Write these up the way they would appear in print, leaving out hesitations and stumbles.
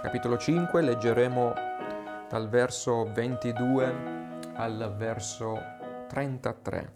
capitolo 5, leggeremo dal verso 22 al verso 33.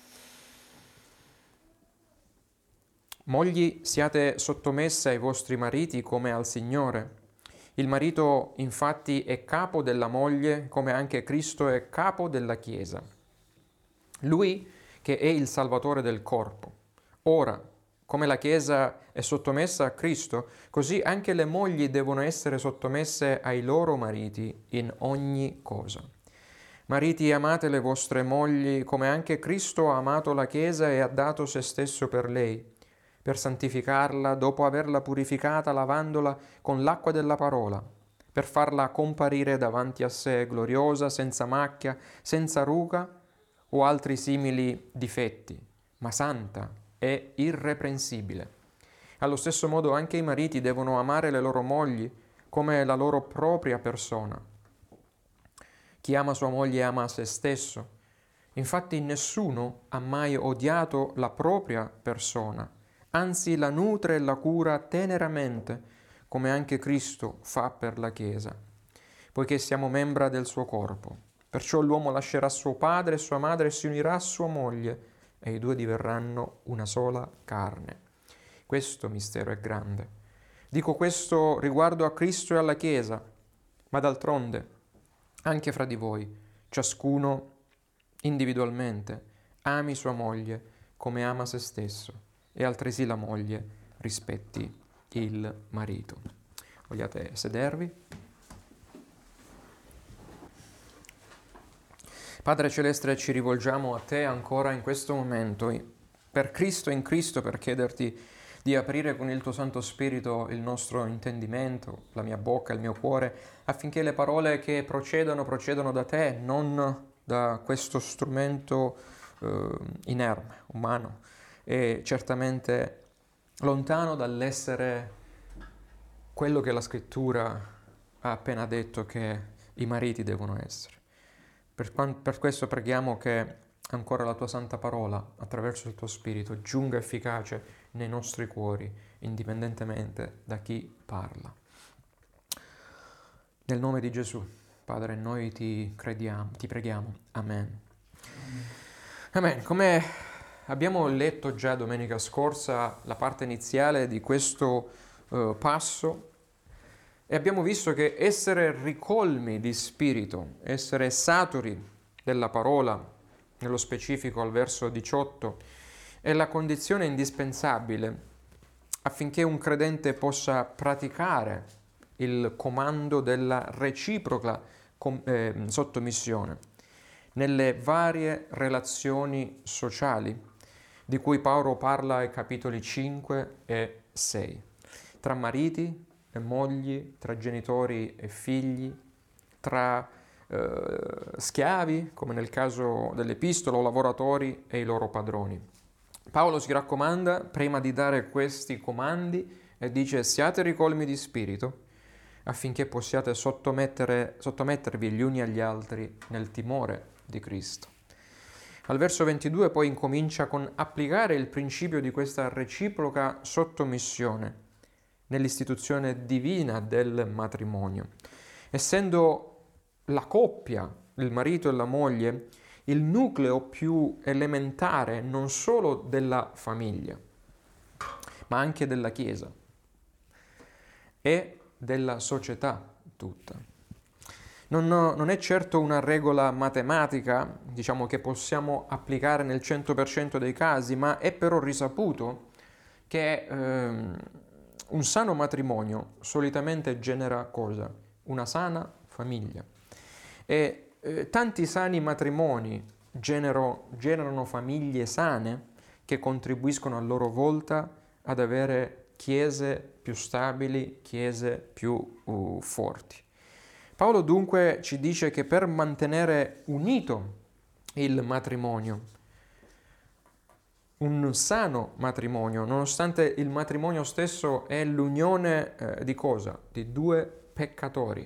Mogli, siate sottomesse ai vostri mariti come al Signore. Il marito infatti è capo della moglie, come anche Cristo è capo della Chiesa. Lui che è il Salvatore del corpo. Ora, come la Chiesa è sottomessa a Cristo, così anche le mogli devono essere sottomesse ai loro mariti in ogni cosa. Mariti, amate le vostre mogli come anche Cristo ha amato la Chiesa e ha dato se stesso per lei, per santificarla dopo averla purificata lavandola con l'acqua della parola, per farla comparire davanti a sé gloriosa, senza macchia, senza ruga o altri simili difetti, ma santa e irreprensibile. Allo stesso modo anche i mariti devono amare le loro mogli come la loro propria persona. Chi ama sua moglie ama se stesso. Infatti nessuno ha mai odiato la propria persona, anzi la nutre e la cura teneramente, come anche Cristo fa per la Chiesa, poiché siamo membra del suo corpo. Perciò l'uomo lascerà suo padre e sua madre e si unirà a sua moglie, e i due diverranno una sola carne. Questo mistero è grande. Dico questo riguardo a Cristo e alla Chiesa, ma d'altronde, anche fra di voi, ciascuno individualmente ami sua moglie come ama se stesso, e altresì la moglie rispetti il marito. Vogliate sedervi? Padre Celeste, ci rivolgiamo a Te ancora in questo momento, per Cristo e in Cristo, per chiederti di aprire con il Tuo Santo Spirito il nostro intendimento, la mia bocca, il mio cuore, affinché le parole che procedono da Te, non da questo strumento inerme, umano, e certamente lontano dall'essere quello che la Scrittura ha appena detto che i mariti devono essere. Per questo preghiamo che ancora la Tua Santa Parola, attraverso il Tuo Spirito, giunga efficace nei nostri cuori, indipendentemente da chi parla. Nel nome di Gesù, Padre, noi ti preghiamo. Amen. Amen. Come abbiamo letto già domenica scorsa la parte iniziale di questo passo, e abbiamo visto che essere ricolmi di spirito, essere saturi della parola, nello specifico al verso 18, è la condizione indispensabile affinché un credente possa praticare il comando della reciproca sottomissione nelle varie relazioni sociali di cui Paolo parla ai capitoli 5 e 6, tra mariti e mogli, tra genitori e figli, tra schiavi, come nel caso dell'epistola, o lavoratori e i loro padroni. Paolo si raccomanda, prima di dare questi comandi, e dice: siate ricolmi di spirito, affinché possiate sottomettervi gli uni agli altri nel timore di Cristo. Al verso 22 poi incomincia con applicare il principio di questa reciproca sottomissione nell'istituzione divina del matrimonio, essendo la coppia, il marito e la moglie, il nucleo più elementare non solo della famiglia, ma anche della Chiesa e della società tutta. Non è certo una regola matematica, diciamo, che possiamo applicare nel 100% dei casi, ma è però risaputo che un sano matrimonio solitamente genera cosa? Una sana famiglia. E tanti sani matrimoni generano famiglie sane che contribuiscono a loro volta ad avere chiese più stabili, chiese più forti. Paolo dunque ci dice che per mantenere unito il matrimonio, un sano matrimonio, nonostante il matrimonio stesso è l'unione di cosa? Di due peccatori.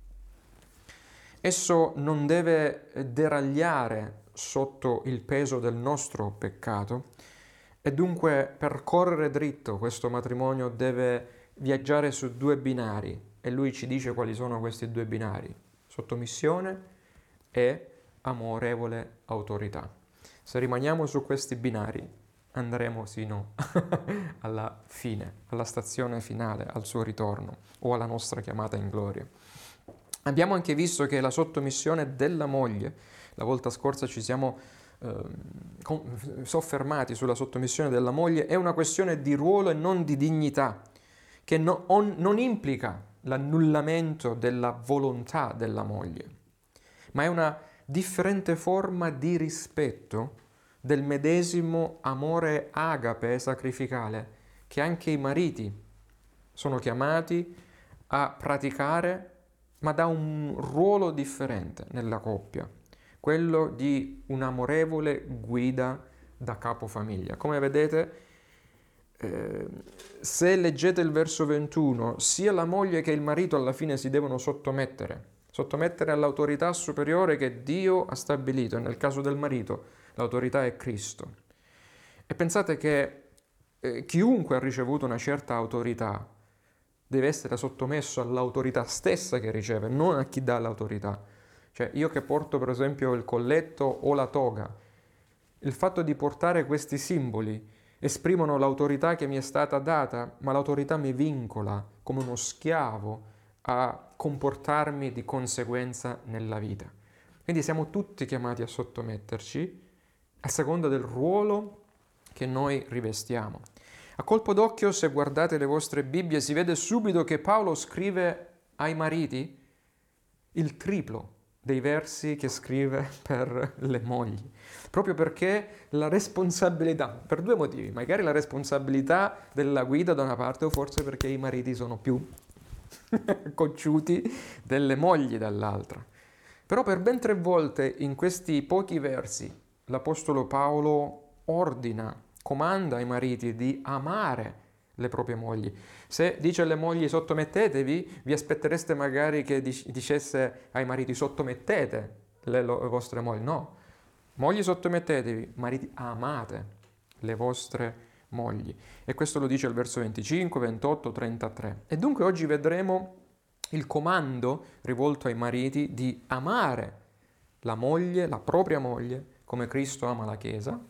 Esso non deve deragliare sotto il peso del nostro peccato e dunque per correre dritto questo matrimonio deve viaggiare su due binari, e lui ci dice quali sono questi due binari: sottomissione e amorevole autorità. Se rimaniamo su questi binari andremo sino alla fine, alla stazione finale, al suo ritorno o alla nostra chiamata in gloria. Abbiamo anche visto che la sottomissione della moglie, la volta scorsa ci siamo soffermati sulla sottomissione della moglie, è una questione di ruolo e non di dignità, che non implica l'annullamento della volontà della moglie, ma è una differente forma di rispetto del medesimo amore agape sacrificale che anche i mariti sono chiamati a praticare, ma da un ruolo differente nella coppia, quello di un'amorevole guida da capofamiglia. Come vedete, se leggete il verso 21, sia la moglie che il marito alla fine si devono sottomettere all'autorità superiore che Dio ha stabilito, e nel caso del marito l'autorità è Cristo. E pensate che chiunque ha ricevuto una certa autorità deve essere sottomesso all'autorità stessa che riceve, non a chi dà l'autorità. Cioè, io che porto per esempio il colletto o la toga, il fatto di portare questi simboli esprimono l'autorità che mi è stata data, ma l'autorità mi vincola come uno schiavo a comportarmi di conseguenza nella vita. Quindi siamo tutti chiamati a sottometterci a seconda del ruolo che noi rivestiamo. A colpo d'occhio, se guardate le vostre Bibbie, si vede subito che Paolo scrive ai mariti il triplo dei versi che scrive per le mogli, proprio perché la responsabilità, per due motivi: magari la responsabilità della guida da una parte, o forse perché i mariti sono più cocciuti delle mogli dall'altra. Però per ben 3 volte in questi pochi versi l'Apostolo Paolo comanda ai mariti di amare le proprie mogli. Se dice alle mogli sottomettetevi, vi aspettereste magari che dicesse ai mariti sottomettete le vostre mogli. No, mogli sottomettetevi, mariti amate le vostre mogli. E questo lo dice il verso 25, 28, 33. E dunque oggi vedremo il comando rivolto ai mariti di amare la moglie, la propria moglie, come Cristo ama la Chiesa,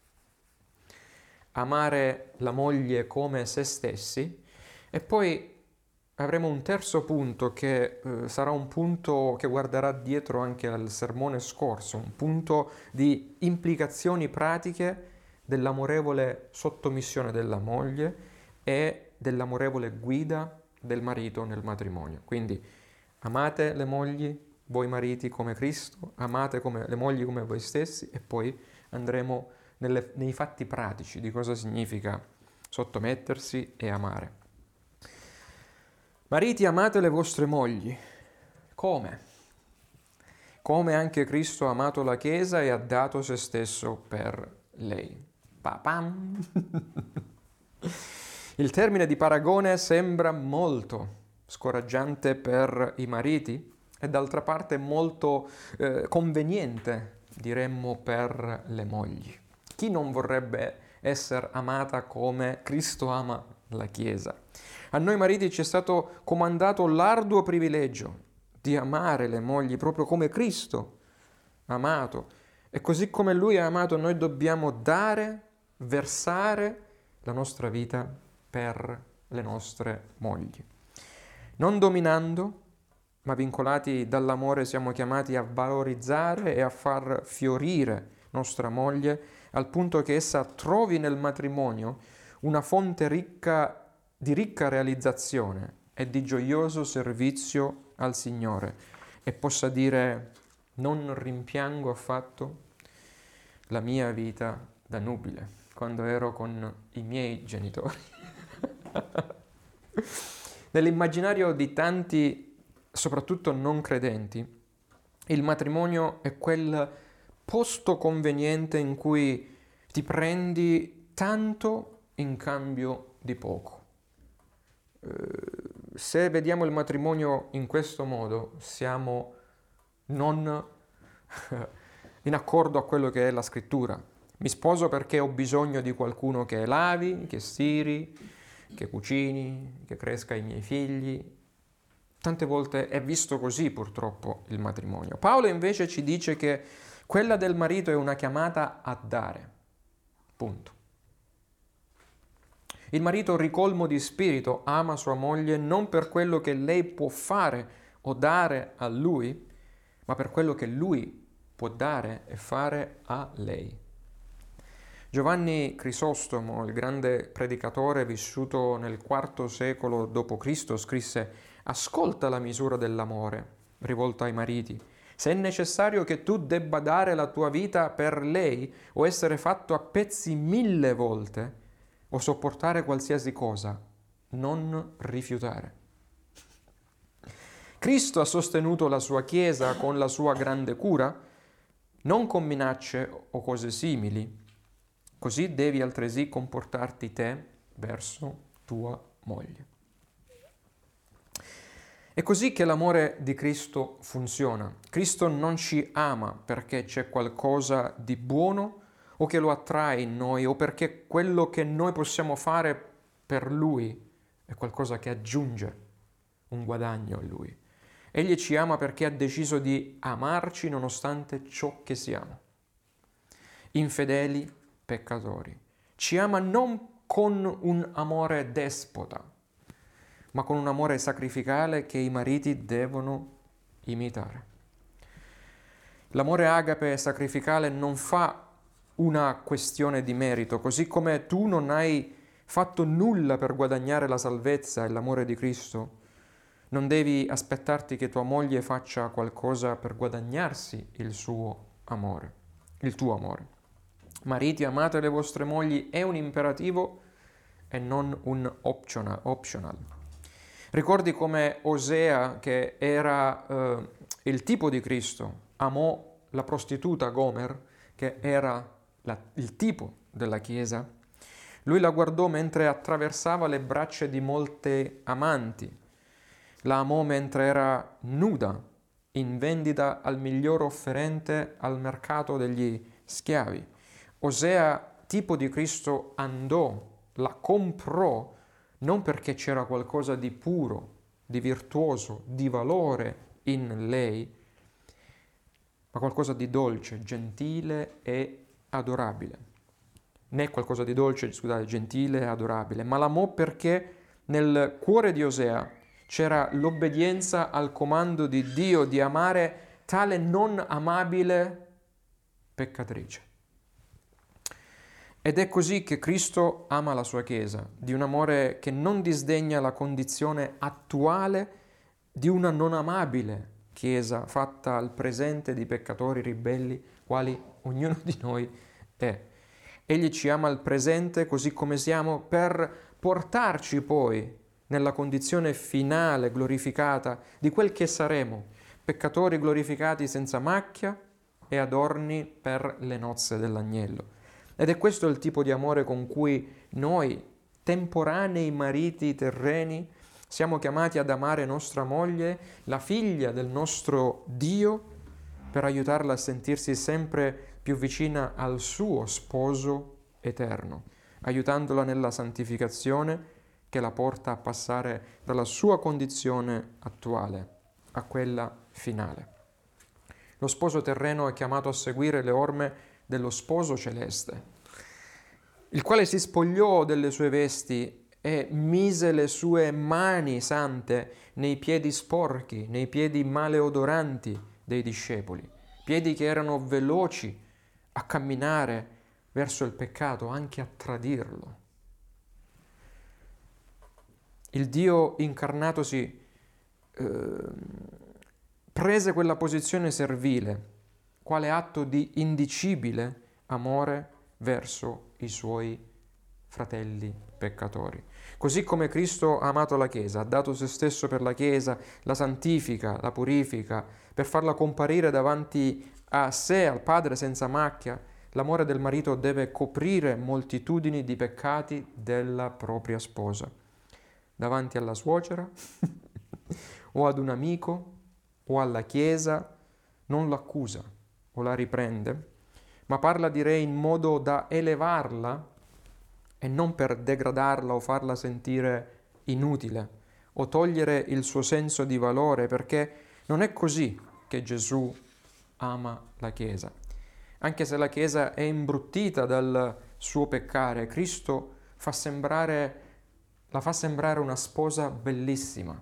amare la moglie come se stessi, e poi avremo un terzo punto che sarà un punto che guarderà dietro anche al sermone scorso, un punto di implicazioni pratiche dell'amorevole sottomissione della moglie e dell'amorevole guida del marito nel matrimonio. Quindi amate le mogli, voi mariti, come Cristo, amate le mogli come voi stessi, e poi andremo nei fatti pratici di cosa significa sottomettersi e amare. Mariti, amate le vostre mogli. Come? Come anche Cristo ha amato la Chiesa e ha dato se stesso per lei. Pa-pam! Il termine di paragone sembra molto scoraggiante per i mariti e d'altra parte molto conveniente, diremmo, per le mogli. Chi non vorrebbe essere amata come Cristo ama la Chiesa? A noi mariti ci è stato comandato l'arduo privilegio di amare le mogli proprio come Cristo ha amato. E così come Lui ha amato, noi dobbiamo dare, versare la nostra vita per le nostre mogli. Non dominando, ma vincolati dall'amore, siamo chiamati a valorizzare e a far fiorire nostra moglie al punto che essa trovi nel matrimonio una fonte di ricca realizzazione e di gioioso servizio al Signore, e possa dire: non rimpiango affatto la mia vita da nubile quando ero con i miei genitori. Nell'immaginario di tanti, soprattutto non credenti, il matrimonio è quel posto conveniente in cui ti prendi tanto in cambio di poco. Se vediamo il matrimonio in questo modo, siamo non in accordo a quello che è la scrittura. Mi sposo perché ho bisogno di qualcuno che lavi, che stiri, che cucini, che cresca i miei figli. Tante volte è visto così purtroppo il matrimonio. Paolo invece ci dice che quella del marito è una chiamata a dare. Punto. Il marito ricolmo di spirito ama sua moglie non per quello che lei può fare o dare a lui, ma per quello che lui può dare e fare a lei. Giovanni Crisostomo, il grande predicatore vissuto nel IV secolo d.C., scrisse: «Ascolta la misura dell'amore rivolta ai mariti. Se è necessario che tu debba dare la tua vita per lei o essere fatto a pezzi 1000 volte o sopportare qualsiasi cosa, non rifiutare». Cristo ha sostenuto la sua Chiesa con la sua grande cura, non con minacce o cose simili. Così devi altresì comportarti te verso tua moglie. È così che l'amore di Cristo funziona. Cristo non ci ama perché c'è qualcosa di buono o che lo attrae in noi o perché quello che noi possiamo fare per Lui è qualcosa che aggiunge un guadagno a Lui. Egli ci ama perché ha deciso di amarci nonostante ciò che siamo. Infedeli, peccatori. Ci ama non con un amore despota, ma con un amore sacrificale che i mariti devono imitare. L'amore agape sacrificale non fa una questione di merito, così come tu non hai fatto nulla per guadagnare la salvezza e l'amore di Cristo, non devi aspettarti che tua moglie faccia qualcosa per guadagnarsi il suo amore, il tuo amore. Mariti, amate le vostre mogli è un imperativo e non un optional. Ricordi come Osea, che era il tipo di Cristo, amò la prostituta Gomer, che era il tipo della Chiesa? Lui la guardò mentre attraversava le braccia di molte amanti. La amò mentre era nuda, in vendita al miglior offerente al mercato degli schiavi. Osea, tipo di Cristo, andò, la comprò, non perché c'era qualcosa di puro, di virtuoso, di valore in lei, ma qualcosa di dolce, gentile e adorabile. Né qualcosa di dolce, scusate, gentile e adorabile, ma l'amò perché nel cuore di Osea c'era l'obbedienza al comando di Dio di amare tale non amabile peccatrice. Ed è così che Cristo ama la sua Chiesa, di un amore che non disdegna la condizione attuale di una non amabile Chiesa fatta al presente di peccatori ribelli, quali ognuno di noi è. Egli ci ama al presente così come siamo per portarci poi nella condizione finale glorificata di quel che saremo, peccatori glorificati senza macchia e adorni per le nozze dell'agnello. Ed è questo il tipo di amore con cui noi, temporanei mariti terreni, siamo chiamati ad amare nostra moglie, la figlia del nostro Dio, per aiutarla a sentirsi sempre più vicina al suo sposo eterno, aiutandola nella santificazione che la porta a passare dalla sua condizione attuale a quella finale. Lo sposo terreno è chiamato a seguire le orme dello sposo celeste, il quale si spogliò delle sue vesti e mise le sue mani sante nei piedi sporchi, nei piedi maleodoranti dei discepoli, piedi che erano veloci a camminare verso il peccato, anche a tradirlo. Il Dio incarnatosi prese quella posizione servile, quale atto di indicibile amore verso i suoi fratelli peccatori. Così come Cristo ha amato la Chiesa, ha dato se stesso per la Chiesa, la santifica, la purifica, per farla comparire davanti a sé, al Padre senza macchia, l'amore del marito deve coprire moltitudini di peccati della propria sposa. Davanti alla suocera o ad un amico o alla Chiesa non l'accusa o la riprende, ma parla di re in modo da elevarla e non per degradarla o farla sentire inutile o togliere il suo senso di valore, perché non è così che Gesù ama la Chiesa. Anche se la Chiesa è imbruttita dal suo peccare, Cristo la fa sembrare una sposa bellissima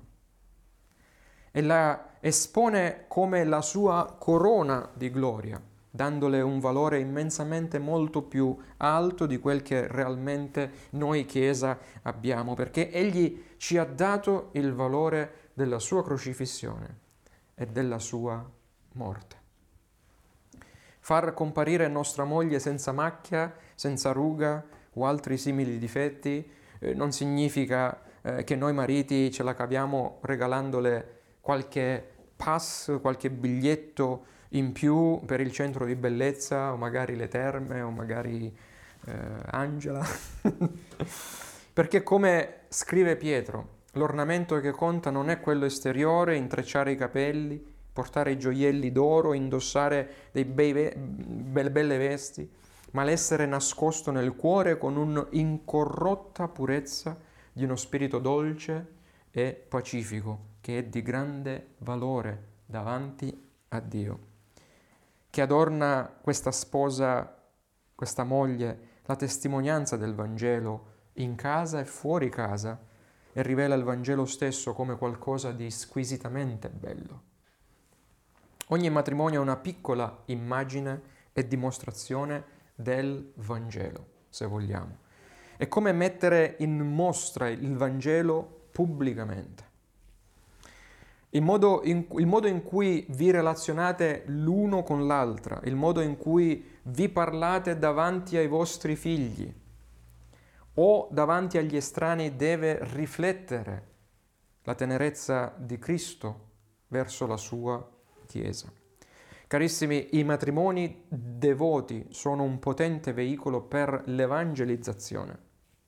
e la espone come la sua corona di gloria, dandole un valore immensamente molto più alto di quel che realmente noi Chiesa abbiamo, perché Egli ci ha dato il valore della sua crocifissione e della sua morte. Far comparire nostra moglie senza macchia, senza ruga o altri simili difetti non significa che noi mariti ce la caviamo regalandole qualche pass, qualche biglietto in più per il centro di bellezza o magari le terme o magari Angela. Perché come scrive Pietro, l'ornamento che conta non è quello esteriore, intrecciare i capelli, portare i gioielli d'oro, indossare belle vesti, ma l'essere nascosto nel cuore con un'incorrotta purezza di uno spirito dolce e pacifico, che è di grande valore davanti a Dio, che adorna questa sposa, questa moglie, la testimonianza del Vangelo in casa e fuori casa, e rivela il Vangelo stesso come qualcosa di squisitamente bello. Ogni matrimonio è una piccola immagine e dimostrazione del Vangelo, se vogliamo. È come mettere in mostra il Vangelo pubblicamente. Il modo in cui vi relazionate l'uno con l'altra, il modo in cui vi parlate davanti ai vostri figli o davanti agli estranei deve riflettere la tenerezza di Cristo verso la sua Chiesa. Carissimi, i matrimoni devoti sono un potente veicolo per l'evangelizzazione,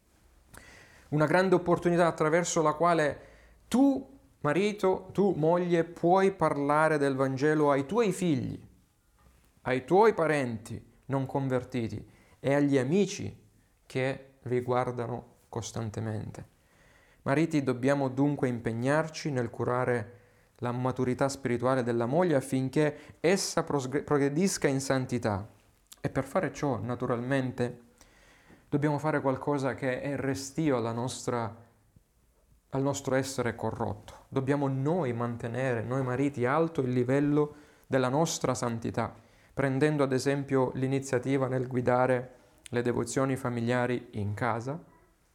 una grande opportunità attraverso la quale tu, marito, tu, moglie, puoi parlare del Vangelo ai tuoi figli, ai tuoi parenti non convertiti e agli amici che vi guardano costantemente. Mariti, dobbiamo dunque impegnarci nel curare la maturità spirituale della moglie affinché essa progredisca in santità. E per fare ciò, naturalmente, dobbiamo fare qualcosa che è restio al nostro essere corrotto. Dobbiamo noi mantenere, noi mariti, alto il livello della nostra santità, prendendo ad esempio l'iniziativa nel guidare le devozioni familiari in casa,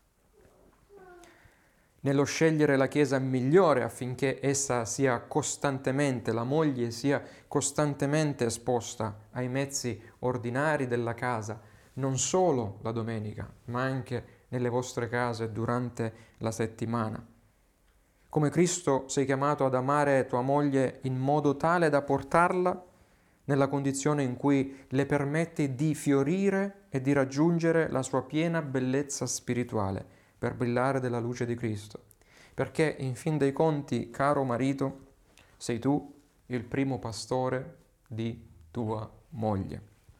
nello scegliere la Chiesa migliore affinché essa sia costantemente, la moglie sia costantemente esposta ai mezzi ordinari della casa, non solo la domenica, ma anche nelle vostre case durante la settimana. Come Cristo sei chiamato ad amare tua moglie in modo tale da portarla nella condizione in cui le permetti di fiorire e di raggiungere la sua piena bellezza spirituale, per brillare della luce di Cristo. Perché, in fin dei conti, caro marito, sei tu il primo pastore di tua moglie.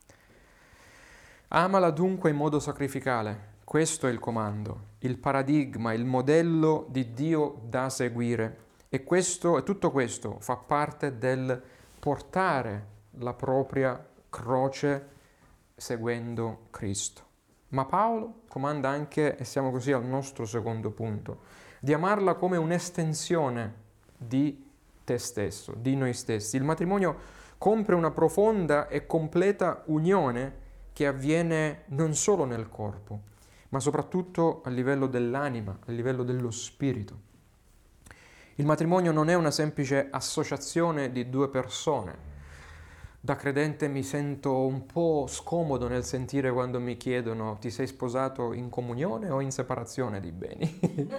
Amala dunque in modo sacrificale. Questo è il comando, il paradigma, il modello di Dio da seguire. E tutto questo fa parte del portare la propria croce seguendo Cristo. Ma Paolo comanda anche, e siamo così al nostro secondo punto, di amarla come un'estensione di te stesso, di noi stessi. Il matrimonio compie una profonda e completa unione che avviene non solo nel corpo, ma soprattutto a livello dell'anima, a livello dello spirito. Il matrimonio non è una semplice associazione di due persone. Da credente mi sento un po' scomodo nel sentire quando mi chiedono: ti sei sposato in comunione o in separazione di beni?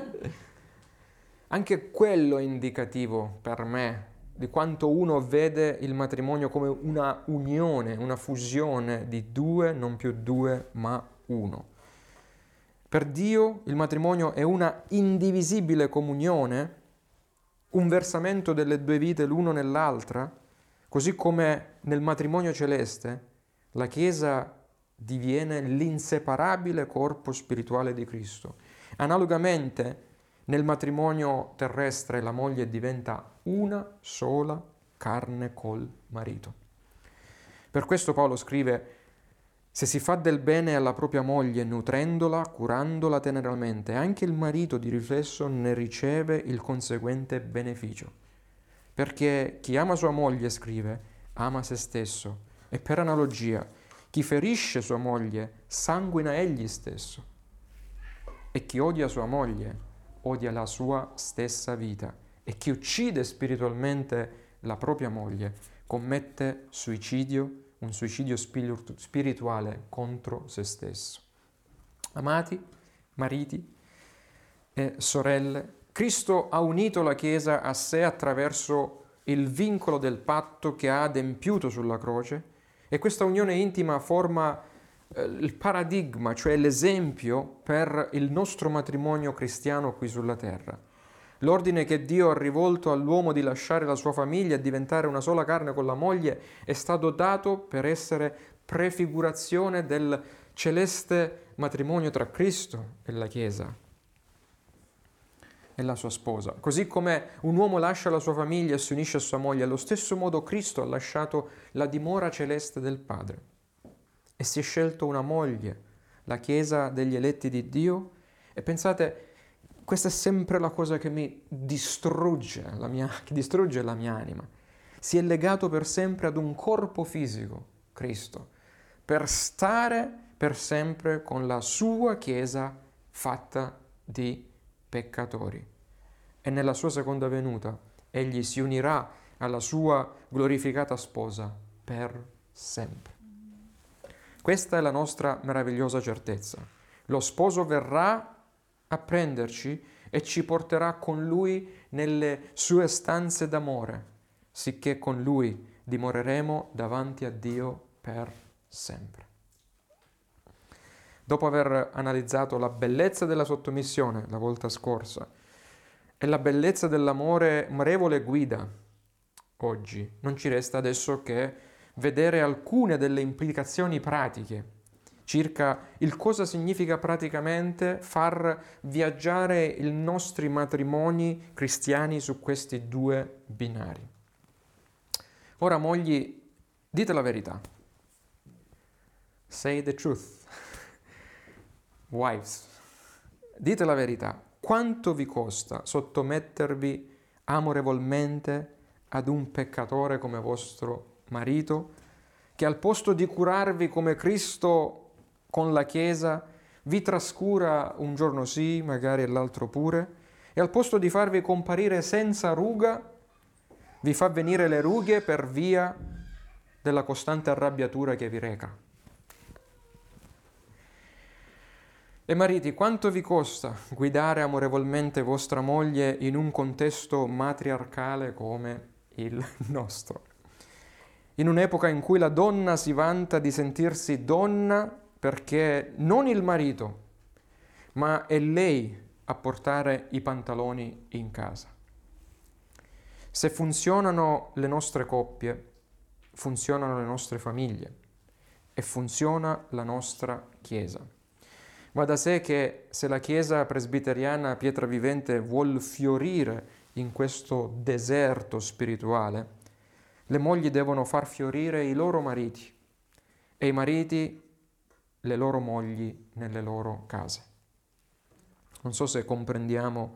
Anche quello è indicativo per me di quanto uno vede il matrimonio come una unione, una fusione di due, non più due, ma uno. Per Dio il matrimonio è una indivisibile comunione, un versamento delle due vite l'uno nell'altra. Così come nel matrimonio celeste, la Chiesa diviene l'inseparabile corpo spirituale di Cristo. Analogamente, Nel matrimonio terrestre la moglie diventa una sola carne col marito. Per questo Paolo scrive: se si fa del bene alla propria moglie, nutrendola, curandola teneramente, anche il marito di riflesso ne riceve il conseguente beneficio. Perché chi ama sua moglie, scrive, ama se stesso. E per analogia, chi ferisce sua moglie, sanguina egli stesso. E chi odia sua moglie, odia la sua stessa vita. E chi uccide spiritualmente la propria moglie, commette suicidio, un suicidio spirituale contro se stesso. Amati, mariti e sorelle, Cristo ha unito la Chiesa a sé attraverso il vincolo del patto che ha adempiuto sulla croce, e questa unione intima forma il paradigma, cioè l'esempio per il nostro matrimonio cristiano qui sulla terra. L'ordine che Dio ha rivolto all'uomo di lasciare la sua famiglia e diventare una sola carne con la moglie è stato dato per essere prefigurazione del celeste matrimonio tra Cristo e la Chiesa e la sua sposa. Così come un uomo lascia la sua famiglia e si unisce a sua moglie, allo stesso modo Cristo ha lasciato la dimora celeste del Padre e si è scelto una moglie, la Chiesa degli eletti di Dio. E pensate, questa è sempre la cosa che mi distrugge, che distrugge la mia anima. Si è legato per sempre ad un corpo fisico, Cristo, per stare per sempre con la sua Chiesa fatta di peccatori. E nella sua seconda venuta egli si unirà alla sua glorificata sposa per sempre. Questa è la nostra meravigliosa certezza. Lo sposo verrà a prenderci e ci porterà con lui nelle sue stanze d'amore, sicché con lui dimoreremo davanti a Dio per sempre. Dopo aver analizzato la bellezza della sottomissione la volta scorsa e la bellezza dell'amore amorevole guida oggi, non ci resta adesso che vedere alcune delle implicazioni pratiche circa il cosa significa praticamente far viaggiare i nostri matrimoni cristiani su questi due binari. Ora, mogli, dite la verità. Say the truth. Wives, dite la verità. Quanto vi costa sottomettervi amorevolmente ad un peccatore come vostro marito, che al posto di curarvi come Cristo con la Chiesa, vi trascura un giorno sì, magari l'altro pure, e al posto di farvi comparire senza ruga, vi fa venire le rughe per via della costante arrabbiatura che vi reca. E mariti, quanto vi costa guidare amorevolmente vostra moglie in un contesto matriarcale come il nostro? In un'epoca in cui la donna si vanta di sentirsi donna perché non il marito, ma è lei a portare i pantaloni in casa. Se funzionano le nostre coppie, funzionano le nostre famiglie e funziona la nostra Chiesa. Va da sé che se la Chiesa presbiteriana Pietra Vivente vuol fiorire in questo deserto spirituale, le mogli devono far fiorire i loro mariti e i mariti le loro mogli nelle loro case. Non so se comprendiamo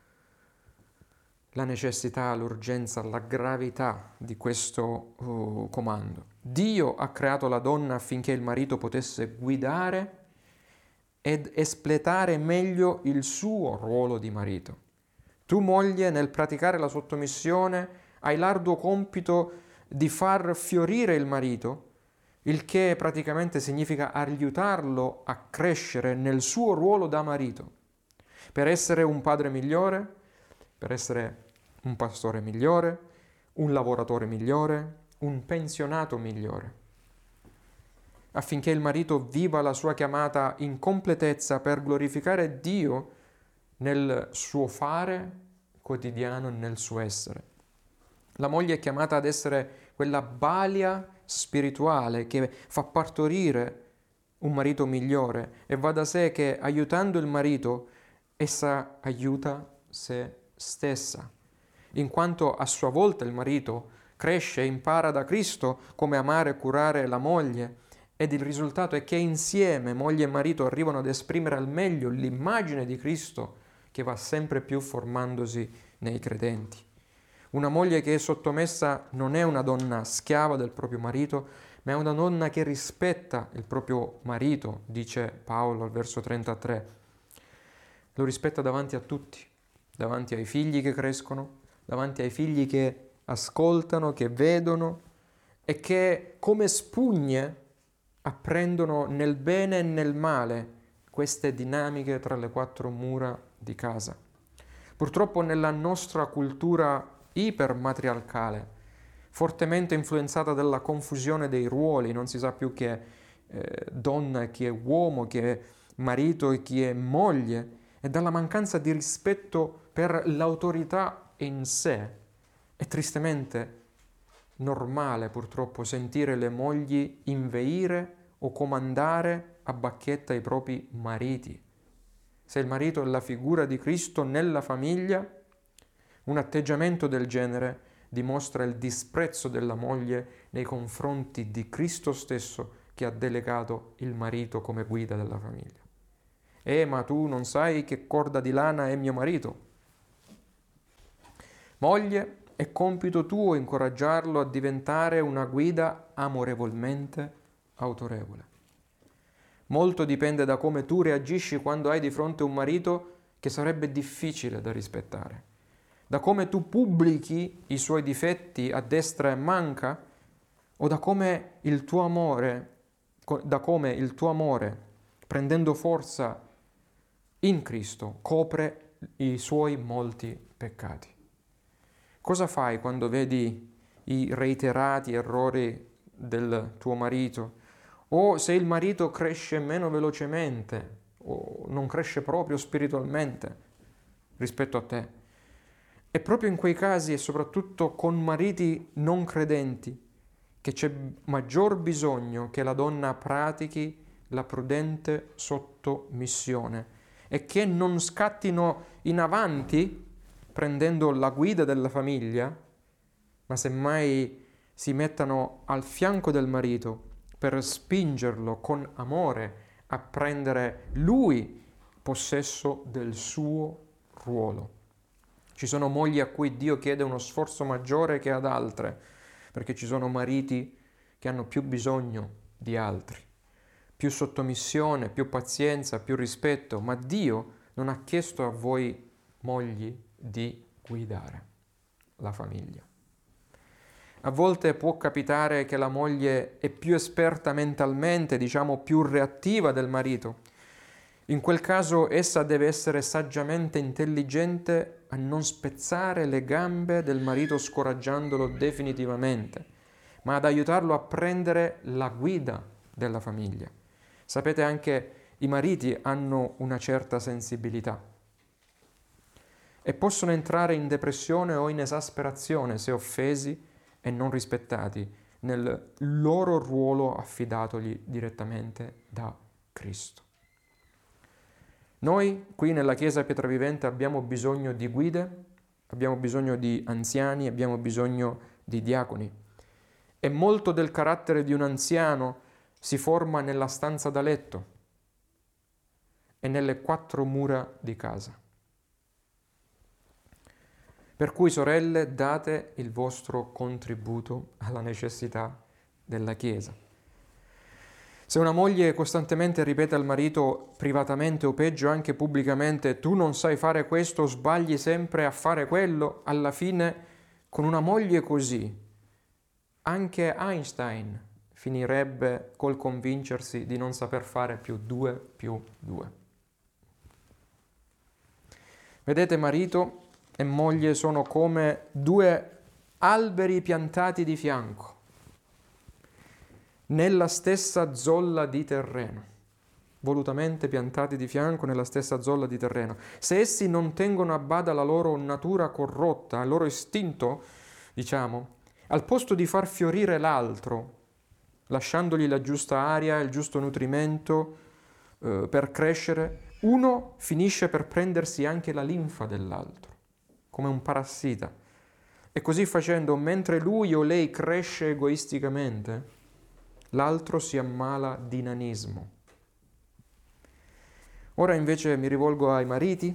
la necessità, l'urgenza, la gravità di questo comando. Dio ha creato la donna affinché il marito potesse guidare ed espletare meglio il suo ruolo di marito. Tu, moglie, nel praticare la sottomissione, hai l'arduo compito di far fiorire il marito, il che praticamente significa aiutarlo a crescere nel suo ruolo da marito, per essere un padre migliore, per essere un pastore migliore, un lavoratore migliore, un pensionato migliore, affinché il marito viva la sua chiamata in completezza per glorificare Dio nel suo fare quotidiano e nel suo essere. La moglie è chiamata ad essere quella balia spirituale che fa partorire un marito migliore, e va da sé che aiutando il marito essa aiuta se stessa, in quanto a sua volta il marito cresce e impara da Cristo come amare e curare la moglie, ed il risultato è che insieme moglie e marito arrivano ad esprimere al meglio l'immagine di Cristo che va sempre più formandosi nei credenti. Una moglie che è sottomessa non è una donna schiava del proprio marito, ma è una donna che rispetta il proprio marito, dice Paolo al verso 33. Lo rispetta davanti a tutti, davanti ai figli che crescono, davanti ai figli che ascoltano, che vedono e che come spugne apprendono nel bene e nel male queste dinamiche tra le quattro mura di casa. Purtroppo nella nostra cultura ipermatriarcale, fortemente influenzata dalla confusione dei ruoli, non si sa più chi è donna e chi è uomo, chi è marito e chi è moglie, e dalla mancanza di rispetto per l'autorità in sé. È tristemente normale purtroppo sentire le mogli inveire o comandare a bacchetta i propri mariti. Se il marito è la figura di Cristo nella famiglia, un atteggiamento del genere dimostra il disprezzo della moglie nei confronti di Cristo stesso che ha delegato il marito come guida della famiglia. Ma tu non sai che corda di lana è mio marito. Moglie, è compito tuo incoraggiarlo a diventare una guida amorevolmente autorevole. Molto dipende da come tu reagisci quando hai di fronte un marito che sarebbe difficile da rispettare, da come tu pubblichi i suoi difetti a destra e manca, o da come il tuo amore, prendendo forza in Cristo, copre i suoi molti peccati. Cosa fai quando vedi i reiterati errori del tuo marito? O se il marito cresce meno velocemente o non cresce proprio spiritualmente rispetto a te? È proprio in quei casi e soprattutto con mariti non credenti che c'è maggior bisogno che la donna pratichi la prudente sottomissione e che non scattino in avanti prendendo la guida della famiglia, ma semmai si mettano al fianco del marito per spingerlo con amore a prendere lui possesso del suo ruolo. Ci sono mogli a cui Dio chiede uno sforzo maggiore che ad altre, perché ci sono mariti che hanno più bisogno di altri, più sottomissione, più pazienza, più rispetto, ma Dio non ha chiesto a voi mogli di guidare la famiglia. A volte può capitare che la moglie è più esperta mentalmente, diciamo più reattiva del marito. In quel caso essa deve essere saggiamente intelligente a non spezzare le gambe del marito scoraggiandolo definitivamente, ma ad aiutarlo a prendere la guida della famiglia. Sapete, anche i mariti hanno una certa sensibilità e possono entrare in depressione o in esasperazione se offesi e non rispettati nel loro ruolo affidatogli direttamente da Cristo. Noi qui nella Chiesa Pietravivente abbiamo bisogno di guide, abbiamo bisogno di anziani, abbiamo bisogno di diaconi. E molto del carattere di un anziano si forma nella stanza da letto e nelle quattro mura di casa. Per cui, sorelle, date il vostro contributo alla necessità della Chiesa. Se una moglie costantemente ripete al marito privatamente o peggio anche pubblicamente tu non sai fare questo, sbagli sempre a fare quello, alla fine con una moglie così anche Einstein finirebbe col convincersi di non saper fare più 2 più 2. Vedete, marito e moglie sono come due alberi piantati di fianco nella stessa zolla di terreno, volutamente piantati di fianco nella stessa zolla di terreno. Se essi non tengono a bada la loro natura corrotta, il loro istinto, diciamo, al posto di far fiorire l'altro, lasciandogli la giusta aria, il giusto nutrimento per crescere, uno finisce per prendersi anche la linfa dell'altro, come un parassita. E così facendo, mentre lui o lei cresce egoisticamente, l'altro si ammala di nanismo. Ora invece mi rivolgo ai mariti.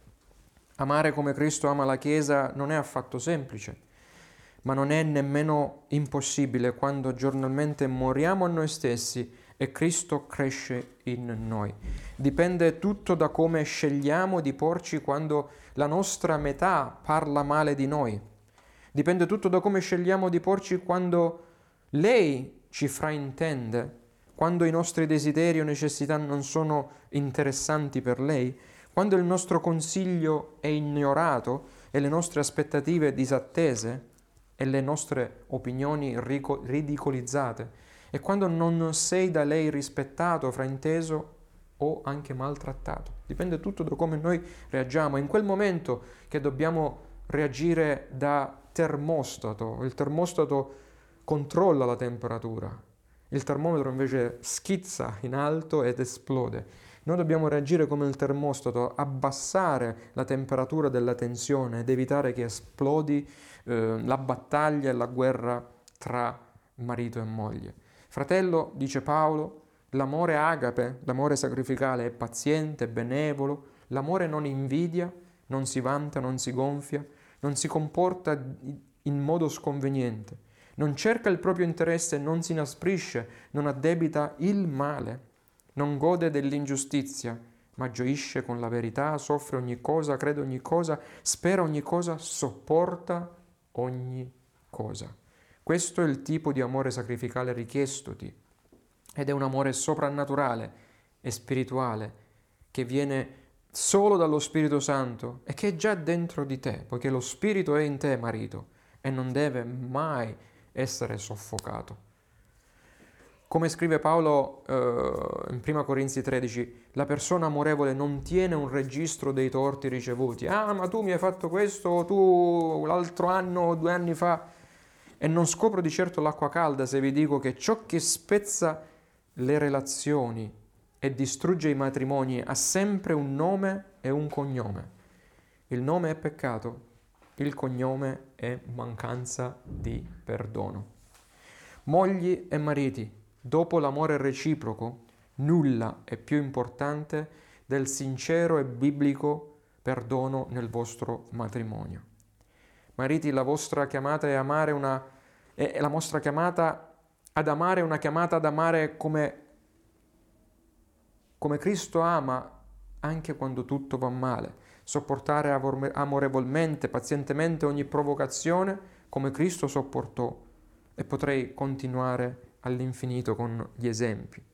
Amare come Cristo ama la Chiesa non è affatto semplice, ma non è nemmeno impossibile quando giornalmente moriamo a noi stessi e Cristo cresce in noi. Dipende tutto da come scegliamo di porci quando la nostra metà parla male di noi. Dipende tutto da come scegliamo di porci quando lei ci fraintende, quando i nostri desideri o necessità non sono interessanti per lei, quando il nostro consiglio è ignorato e le nostre aspettative disattese e le nostre opinioni ridicolizzate, e quando non sei da lei rispettato, frainteso o anche maltrattato. Dipende tutto da come noi reagiamo. È in quel momento che dobbiamo reagire da termostato. Il termostato controlla la temperatura, il termometro invece schizza in alto ed esplode. Noi dobbiamo reagire come il termostato, abbassare la temperatura della tensione ed evitare che esplodi la battaglia e la guerra tra marito e moglie. Fratello, dice Paolo, l'amore agape, l'amore sacrificale è paziente, benevolo, l'amore non invidia, non si vanta, non si gonfia, non si comporta in modo sconveniente, non cerca il proprio interesse, non si inasprisce, non addebita il male, non gode dell'ingiustizia, ma gioisce con la verità, soffre ogni cosa, crede ogni cosa, spera ogni cosa, sopporta ogni cosa. Questo è il tipo di amore sacrificale richiestoti ed è un amore soprannaturale e spirituale che viene solo dallo Spirito Santo e che è già dentro di te, poiché lo Spirito è in te, marito, e non deve mai essere soffocato. Come scrive Paolo in 1 Corinzi 13, la persona amorevole non tiene un registro dei torti ricevuti. Ah, ma tu mi hai fatto questo, tu l'altro anno, 2 anni fa. E non scopro di certo l'acqua calda se vi dico che ciò che spezza le relazioni e distrugge i matrimoni ha sempre un nome e un cognome. Il nome è peccato, il cognome è mancanza di perdono. Mogli e mariti, dopo l'amore reciproco, nulla è più importante del sincero e biblico perdono nel vostro matrimonio. Mariti, la vostra chiamata è la vostra chiamata ad amare è una chiamata ad amare come Cristo ama anche quando tutto va male, sopportare amorevolmente, pazientemente ogni provocazione come Cristo sopportò, e potrei continuare all'infinito con gli esempi.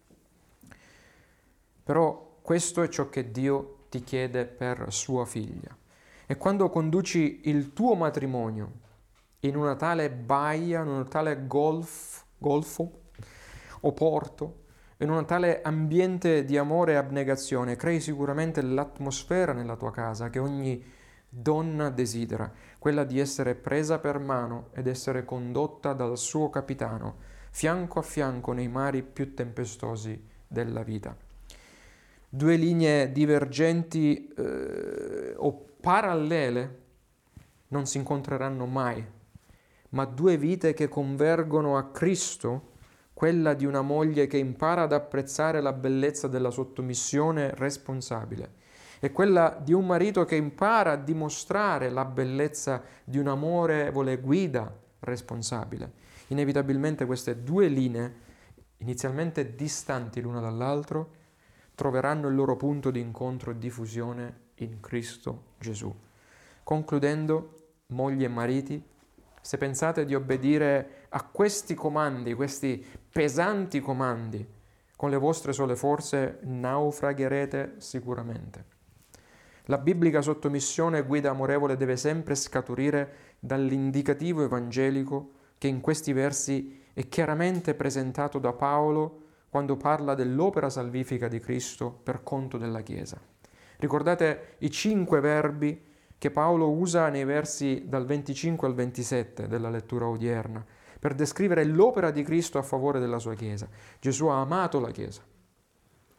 Però questo è ciò che Dio ti chiede per sua figlia. E quando conduci il tuo matrimonio in una tale baia, in un tale golfo o porto, in un tale ambiente di amore e abnegazione, crei sicuramente l'atmosfera nella tua casa che ogni donna desidera, quella di essere presa per mano ed essere condotta dal suo capitano, fianco a fianco nei mari più tempestosi della vita. 2 linee divergenti o parallele non si incontreranno mai, ma 2 vite che convergono a Cristo, quella di una moglie che impara ad apprezzare la bellezza della sottomissione responsabile e quella di un marito che impara a dimostrare la bellezza di un'amorevole guida responsabile. Inevitabilmente queste 2 linee, inizialmente distanti l'una dall'altro, troveranno il loro punto di incontro e diffusione in Cristo Gesù. Concludendo, mogli e mariti, se pensate di obbedire a questi comandi, questi pesanti comandi, con le vostre sole forze naufragherete sicuramente. La biblica sottomissione e guida amorevole deve sempre scaturire dall'indicativo evangelico che in questi versi è chiaramente presentato da Paolo quando parla dell'opera salvifica di Cristo per conto della Chiesa. Ricordate i 5 verbi che Paolo usa nei versi dal 25 al 27 della lettura odierna per descrivere l'opera di Cristo a favore della sua Chiesa. Gesù ha amato la Chiesa,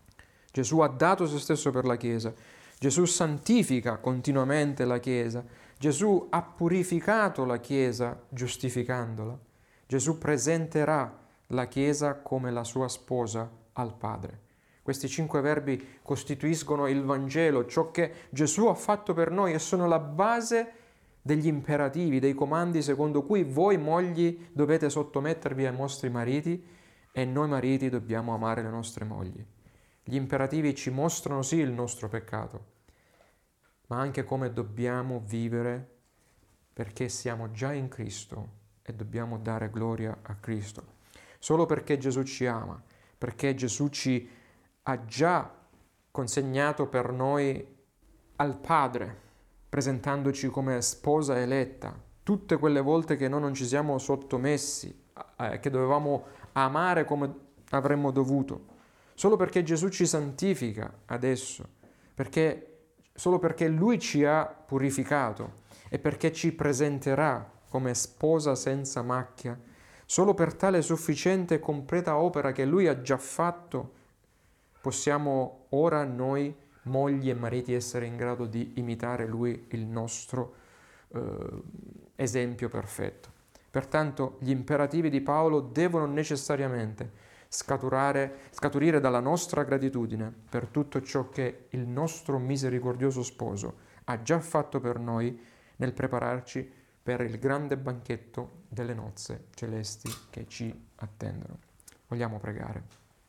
Gesù ha dato se stesso per la Chiesa. Gesù santifica continuamente la Chiesa. Gesù ha purificato la Chiesa giustificandola. Gesù presenterà la Chiesa come la sua sposa al Padre. Questi 5 verbi costituiscono il Vangelo, ciò che Gesù ha fatto per noi e sono la base degli imperativi, dei comandi secondo cui voi mogli dovete sottomettervi ai vostri mariti e noi mariti dobbiamo amare le nostre mogli. Gli imperativi ci mostrano sì il nostro peccato, ma anche come dobbiamo vivere perché siamo già in Cristo e dobbiamo dare gloria a Cristo. Solo perché Gesù ci ama, perché Gesù ci ha già consegnato per noi al Padre, presentandoci come sposa eletta, tutte quelle volte che noi non ci siamo sottomessi, che dovevamo amare come avremmo dovuto, solo perché Gesù ci santifica adesso, solo perché Lui ci ha purificato e perché ci presenterà come sposa senza macchia, solo per tale sufficiente e completa opera che Lui ha già fatto, possiamo ora noi, mogli e mariti, essere in grado di imitare Lui, il nostro esempio perfetto. Pertanto gli imperativi di Paolo devono necessariamente scaturire dalla nostra gratitudine per tutto ciò che il nostro misericordioso sposo ha già fatto per noi nel prepararci per il grande banchetto delle nozze celesti che ci attendono. Vogliamo pregare.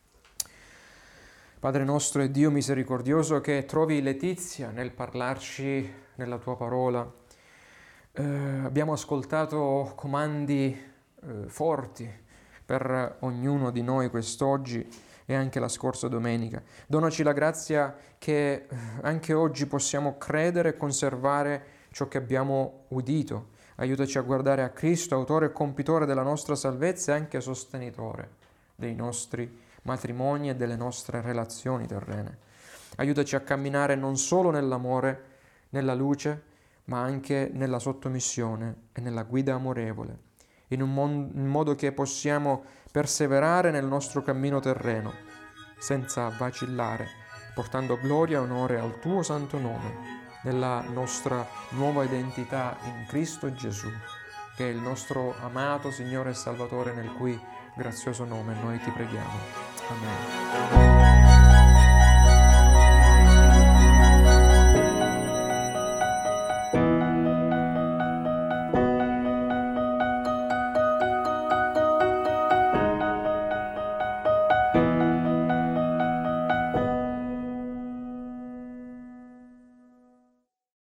Padre nostro e Dio misericordioso, che trovi letizia nel parlarci nella tua parola. Abbiamo ascoltato comandi forti per ognuno di noi quest'oggi e anche la scorsa domenica. Donaci la grazia che anche oggi possiamo credere e conservare ciò che abbiamo udito. Aiutaci a guardare a Cristo, autore e compitore della nostra salvezza e anche sostenitore dei nostri matrimoni e delle nostre relazioni terrene. Aiutaci a camminare non solo nell'amore, nella luce, ma anche nella sottomissione e nella guida amorevole, in modo che possiamo perseverare nel nostro cammino terreno, senza vacillare, portando gloria e onore al tuo santo nome, nella nostra nuova identità in Cristo Gesù, che è il nostro amato Signore e Salvatore, nel cui grazioso nome noi ti preghiamo. Amen.